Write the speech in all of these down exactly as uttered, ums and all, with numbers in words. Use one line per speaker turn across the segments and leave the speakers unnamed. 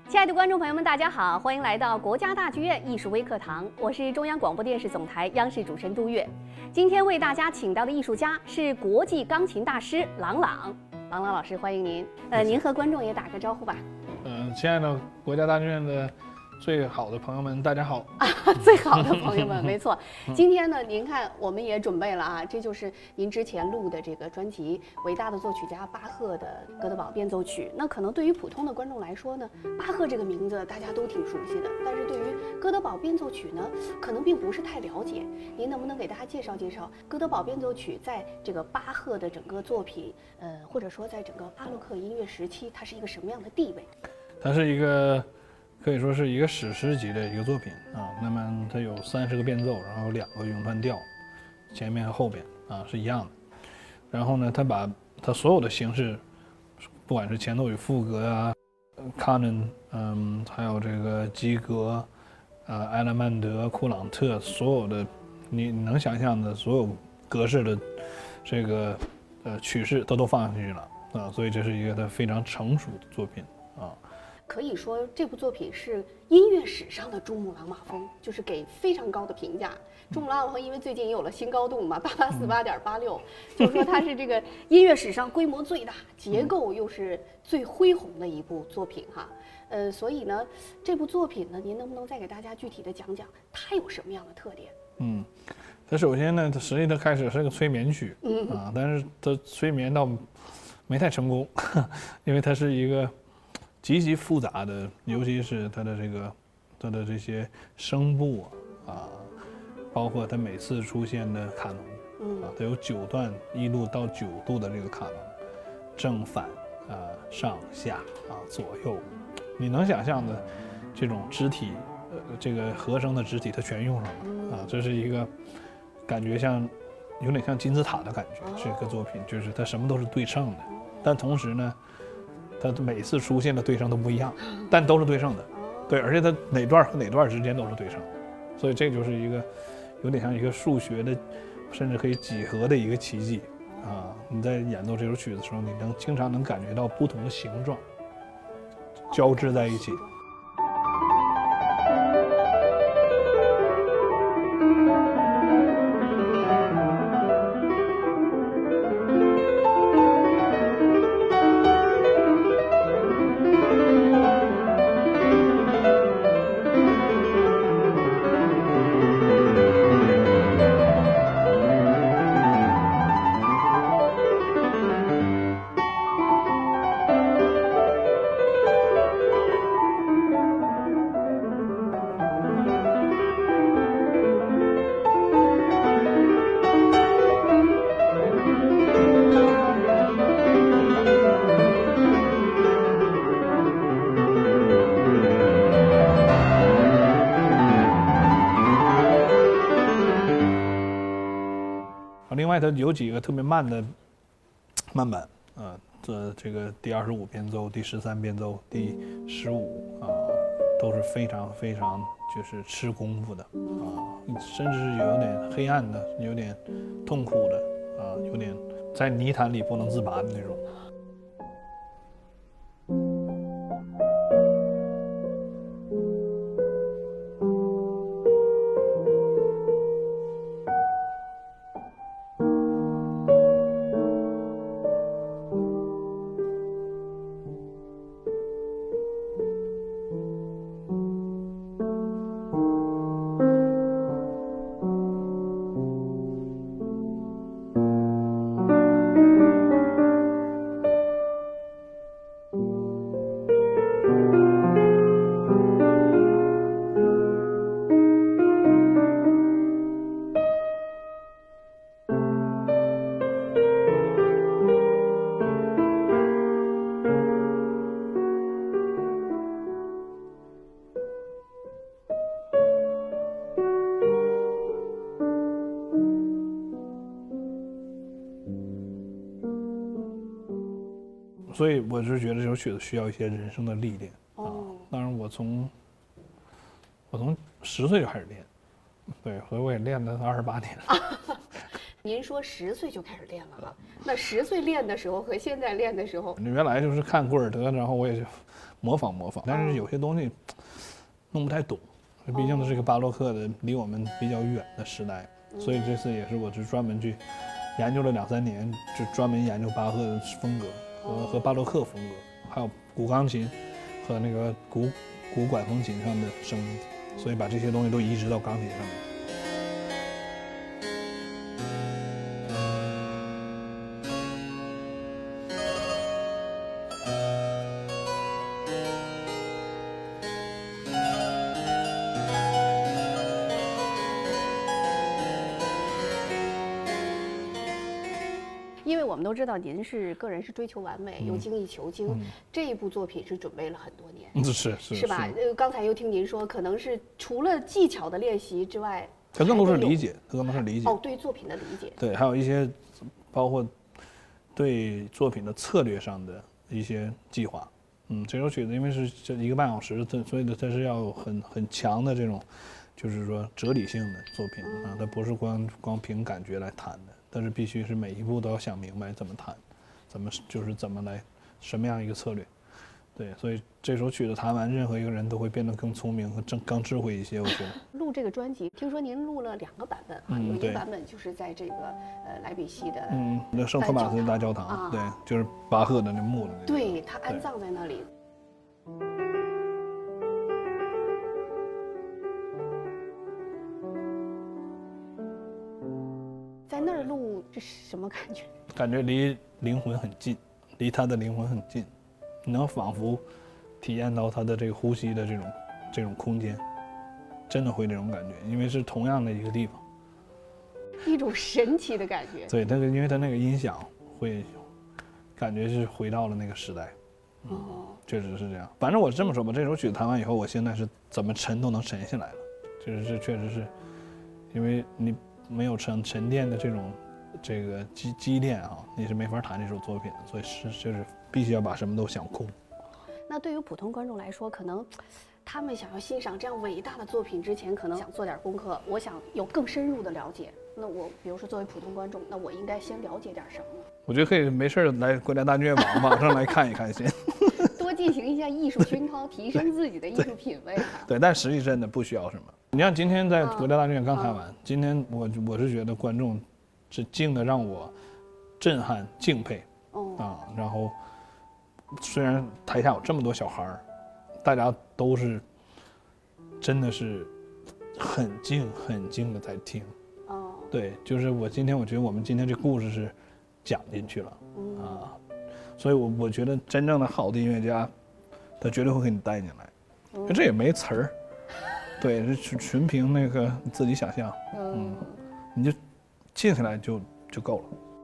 亲爱的观众朋友们，大家好，欢迎来到国家大剧院艺术微课堂，我是中央广播电视总台央视主持人杜月。今天为大家请到的艺术家是国际钢琴大师郎朗，郎朗老师，欢迎您。呃，您和观众也打个招呼吧。
嗯、呃，亲爱的国家大剧院的最好的朋友们，大家好。
啊，最好的朋友们，没错。今天呢，您看我们也准备了啊，这就是您之前录的这个专辑《伟大的作曲家巴赫的哥德堡变奏曲》。那可能对于普通的观众来说呢，巴赫这个名字大家都挺熟悉的，但是对于哥德堡变奏曲呢，可能并不是太了解。您能不能给大家介绍介绍哥德堡变奏曲在这个巴赫的整个作品，呃，或者说在整个巴洛克音乐时期，它是一个什么样的地位？
它是一个。可以说是一个史诗级的一个作品啊，那么它有三十个变奏，然后两个咏叹调，前面和后边啊是一样的。然后呢，他把他所有的形式，不管是前奏与副歌啊，卡农，嗯，还有这个基格，呃，埃勒曼德、库朗特，所有的你能想象的所有格式的这个呃曲式，都都放进去了啊，所以这是一个他非常成熟的作品啊。
可以说这部作品是音乐史上的珠穆朗玛峰，就是给非常高的评价。珠穆朗玛峰因为最近也有了新高度嘛，八八四八点八六，就是说它是这个音乐史上规模最大、结构又是最恢宏的一部作品哈。呃，所以呢，这部作品呢，您能不能再给大家具体的讲讲它有什么样的特点？
嗯，它首先呢，它实际它开始是个催眠曲，嗯啊，但是它催眠到没太成功，因为它是一个。极其复杂的，尤其是它的这个，它的这些声部啊，包括它每次出现的卡农，啊，它有九段一度到九度的这个卡农，正反啊，上下啊，左右，你能想象的这种肢体，呃，这个和声的肢体它全用上了啊，这是一个感觉像，有点像金字塔的感觉，这个作品就是它什么都是对称的，但同时呢。它每次出现的对称都不一样，但都是对称的，对，而且它哪段和哪段之间都是对称，所以这就是一个有点像一个数学的，甚至可以几何的一个奇迹啊！你在演奏这首曲子的时候，你能经常能感觉到不同的形状交织在一起。另外，它有几个特别慢的慢板，啊，这这个第二十五变奏、第十三变奏、第十五啊，都是非常非常就是吃功夫的啊，甚至是有点黑暗的、有点痛苦的啊，有点在泥潭里不能自拔的那种。所以我是觉得这首曲子需要一些人生的历练啊。当然，我从我从十岁就开始练，对，所以我也练了二十八年了。
您说十岁就开始练了哈？那十岁练的时候和现在练的时候，
原来就是看古尔德，然后我也就模仿模仿，但是有些东西弄不太懂，毕竟这是个巴洛克的，离我们比较远的时代，所以这次也是我就专门去研究了两三年，就专门研究巴赫的风格和和巴洛克风格，还有古钢琴和那个古古管风琴上的声音，所以把这些东西都移植到钢琴上面。
因为我们都知道您是个人是追求完美，又精益求精，嗯、这一部作品是准备了很多年，
是是
是吧？呃，刚才又听您说，可能是除了技巧的练习之外，
它更多是理解，它更多是理解。
哦，对作品的理解。
对，还有一些包括对作品的策略上的一些计划。嗯，这首曲子因为是这一个半小时，所以它是要很很强的这种，就是说哲理性的作品啊，它不是光光凭感觉来弹的。但是必须是每一步都要想明白怎么弹，怎么就是怎么来，什么样一个策略，对，所以这首曲子弹完，任何一个人都会变得更聪明和更更智慧一些。我觉得
录这个专辑，听说您录了两个版本啊，嗯、有一个版本就是在这个呃莱比锡的
嗯，那圣托马斯大教堂，啊、对，就是巴赫的那墓的那个，
对，他安葬在那里。在那儿录，这是什么感觉？
感觉离灵魂很近，离他的灵魂很近，你能仿佛体验到他的这个呼吸的这种这种空间，真的会这种感觉，因为是同样的一个地方，
一种神奇的感觉。
对，那个因为他那个音响会感觉是回到了那个时代。嗯、哦，确实是这样。反正我这么说吧，这首曲子弹完以后，我现在是怎么沉都能沉下来了，就是这确实是，因为你。没有沉沉淀的这种这个积积淀啊，你是没法弹这首作品的，所以是就是必须要把什么都想空。
那对于普通观众来说，可能他们想要欣赏这样伟大的作品之前，可能想做点功课，我想有更深入的了解。那我比如说作为普通观众，那我应该先了解点什么呢？
我觉得可以没事来国家大剧院网网上来看一看先，
多进行一下艺术熏陶，提升自己的艺术品味、啊。
对，但实际真的不需要什么。你像今天在国家大剧院刚看完，嗯、今天我我是觉得观众是静的让我震撼敬佩，哦、啊，然后虽然台下有这么多小孩儿，大家都是真的是很静很静的在听，哦，对，就是我今天我觉得我们今天这故事是讲进去了，嗯、啊，所以我我觉得真正的好的音乐家，他绝对会给你带进来，嗯、这也没词儿。对，是纯凭那个自己想象，嗯，你就静下来就就够了。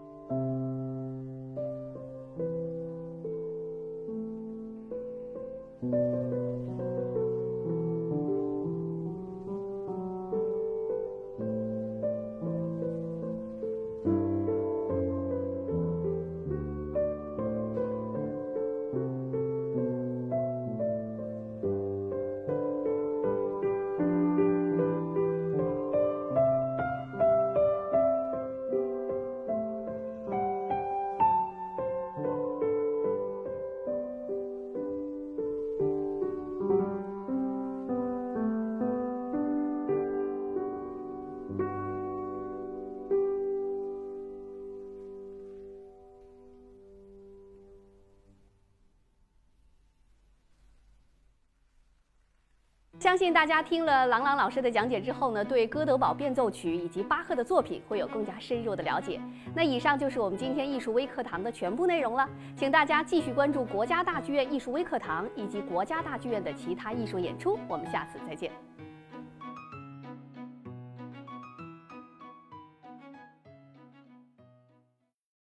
相信大家听了郎朗老师的讲解之后呢，对哥德堡变奏曲以及巴赫的作品会有更加深入的了解。那以上就是我们今天艺术微课堂的全部内容了，请大家继续关注国家大剧院艺术微课堂以及国家大剧院的其他艺术演出。我们下次再见。